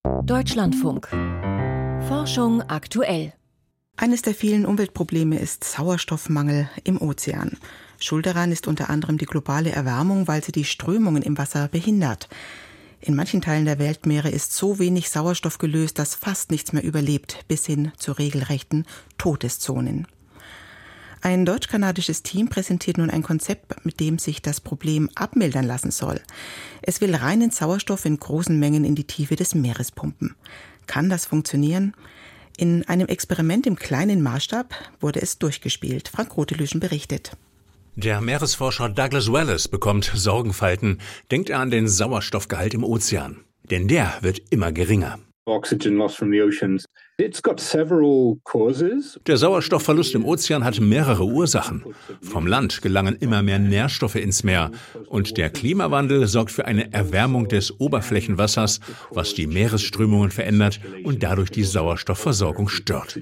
Deutschlandfunk. Forschung aktuell. Eines der vielen Umweltprobleme ist Sauerstoffmangel im Ozean. Schuld daran ist unter anderem die globale Erwärmung, weil sie die Strömungen im Wasser behindert. In manchen Teilen der Weltmeere ist so wenig Sauerstoff gelöst, dass fast nichts mehr überlebt, bis hin zu regelrechten Todeszonen. Ein deutsch-kanadisches Team präsentiert nun ein Konzept, mit dem sich das Problem abmildern lassen soll. Es will reinen Sauerstoff in großen Mengen in die Tiefe des Meeres pumpen. Kann das funktionieren? In einem Experiment im kleinen Maßstab wurde es durchgespielt. Frank Rotelüschen berichtet. Der Meeresforscher Douglas Wallace bekommt Sorgenfalten, denkt er an den Sauerstoffgehalt im Ozean. Denn der wird immer geringer. Der Sauerstoffverlust im Ozean hat mehrere Ursachen. Vom Land gelangen immer mehr Nährstoffe ins Meer. Und der Klimawandel sorgt für eine Erwärmung des Oberflächenwassers, was die Meeresströmungen verändert und dadurch die Sauerstoffversorgung stört.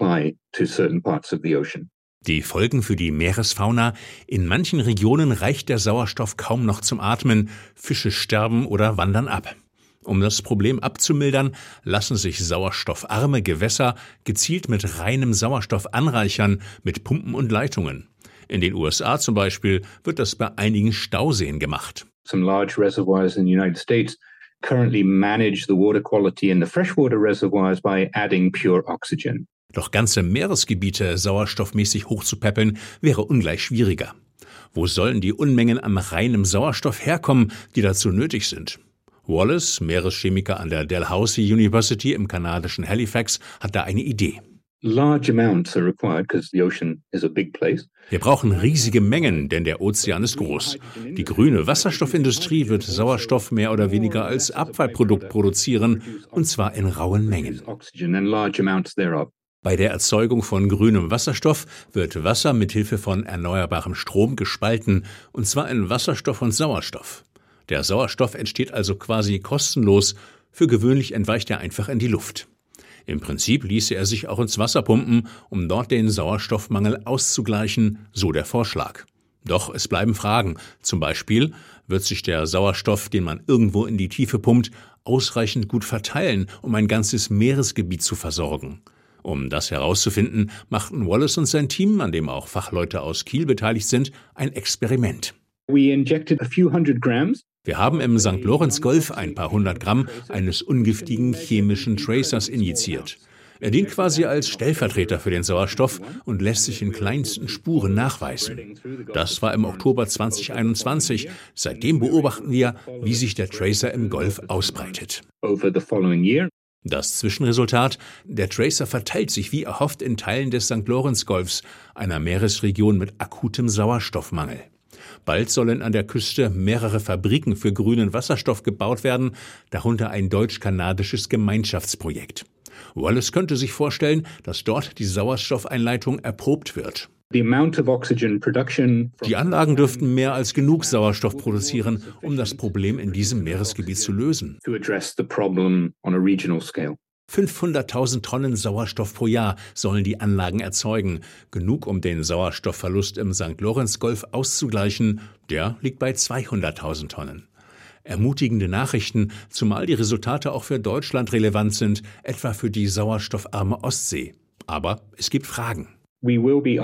Die Folgen für die Meeresfauna: in manchen Regionen reicht der Sauerstoff kaum noch zum Atmen, Fische sterben oder wandern ab. Um das Problem abzumildern, lassen sich sauerstoffarme Gewässer gezielt mit reinem Sauerstoff anreichern, mit Pumpen und Leitungen. In den USA zum Beispiel wird das bei einigen Stauseen gemacht. Some large reservoirs in the United States currently manage the water quality in the freshwater reservoirs by adding pure oxygen. Doch ganze Meeresgebiete sauerstoffmäßig hochzupäppeln, wäre ungleich schwieriger. Wo sollen die Unmengen an reinem Sauerstoff herkommen, die dazu nötig sind? Wallace, Meereschemiker an der Dalhousie University im kanadischen Halifax, hat da eine Idee. Large amounts are required because the ocean is a big place. Wir brauchen riesige Mengen, denn der Ozean ist groß. Die grüne Wasserstoffindustrie wird Sauerstoff mehr oder weniger als Abfallprodukt produzieren, und zwar in rauen Mengen. Bei der Erzeugung von grünem Wasserstoff wird Wasser mit Hilfe von erneuerbarem Strom gespalten, und zwar in Wasserstoff und Sauerstoff. Der Sauerstoff entsteht also quasi kostenlos, für gewöhnlich entweicht er einfach in die Luft. Im Prinzip ließe er sich auch ins Wasser pumpen, um dort den Sauerstoffmangel auszugleichen, so der Vorschlag. Doch es bleiben Fragen. Zum Beispiel: wird sich der Sauerstoff, den man irgendwo in die Tiefe pumpt, ausreichend gut verteilen, um ein ganzes Meeresgebiet zu versorgen? Um das herauszufinden, machten Wallace und sein Team, an dem auch Fachleute aus Kiel beteiligt sind, ein Experiment. Wir haben im St. Lorenz Golf ein paar 100 Gramm eines ungiftigen chemischen Tracers injiziert. Er dient quasi als Stellvertreter für den Sauerstoff und lässt sich in kleinsten Spuren nachweisen. Das war im Oktober 2021. Seitdem beobachten wir, wie sich der Tracer im Golf ausbreitet. Das Zwischenresultat: der Tracer verteilt sich wie erhofft in Teilen des St. Lorenz Golfs, einer Meeresregion mit akutem Sauerstoffmangel. Bald sollen an der Küste mehrere Fabriken für grünen Wasserstoff gebaut werden, darunter ein deutsch-kanadisches Gemeinschaftsprojekt. Wallace könnte sich vorstellen, dass dort die Sauerstoffeinleitung erprobt wird. Die Anlagen dürften mehr als genug Sauerstoff produzieren, um das Problem in diesem Meeresgebiet zu lösen. 500.000 Tonnen Sauerstoff pro Jahr sollen die Anlagen erzeugen. Genug, um den Sauerstoffverlust im St. Lorenz-Golf auszugleichen. Der liegt bei 200.000 Tonnen. Ermutigende Nachrichten, zumal die Resultate auch für Deutschland relevant sind, etwa für die sauerstoffarme Ostsee. Aber es gibt Fragen. Wenn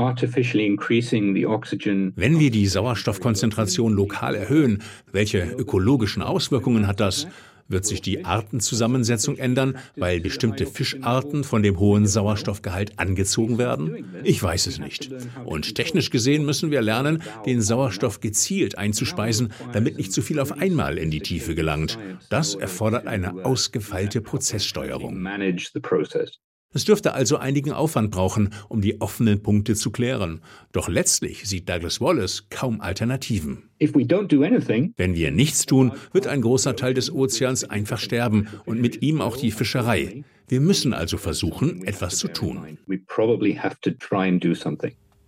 wir die Sauerstoffkonzentration lokal erhöhen, welche ökologischen Auswirkungen hat das? Wird sich die Artenzusammensetzung ändern, weil bestimmte Fischarten von dem hohen Sauerstoffgehalt angezogen werden? Ich weiß es nicht. Und technisch gesehen müssen wir lernen, den Sauerstoff gezielt einzuspeisen, damit nicht zu viel auf einmal in die Tiefe gelangt. Das erfordert eine ausgefeilte Prozesssteuerung. Es dürfte also einigen Aufwand brauchen, um die offenen Punkte zu klären. Doch letztlich sieht Douglas Wallace kaum Alternativen. Wenn wir nichts tun, wird ein großer Teil des Ozeans einfach sterben und mit ihm auch die Fischerei. Wir müssen also versuchen, etwas zu tun.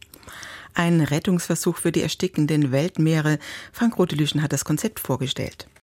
Ein Rettungsversuch für die erstickenden Weltmeere. Frank Rotelüschen hat das Konzept vorgestellt.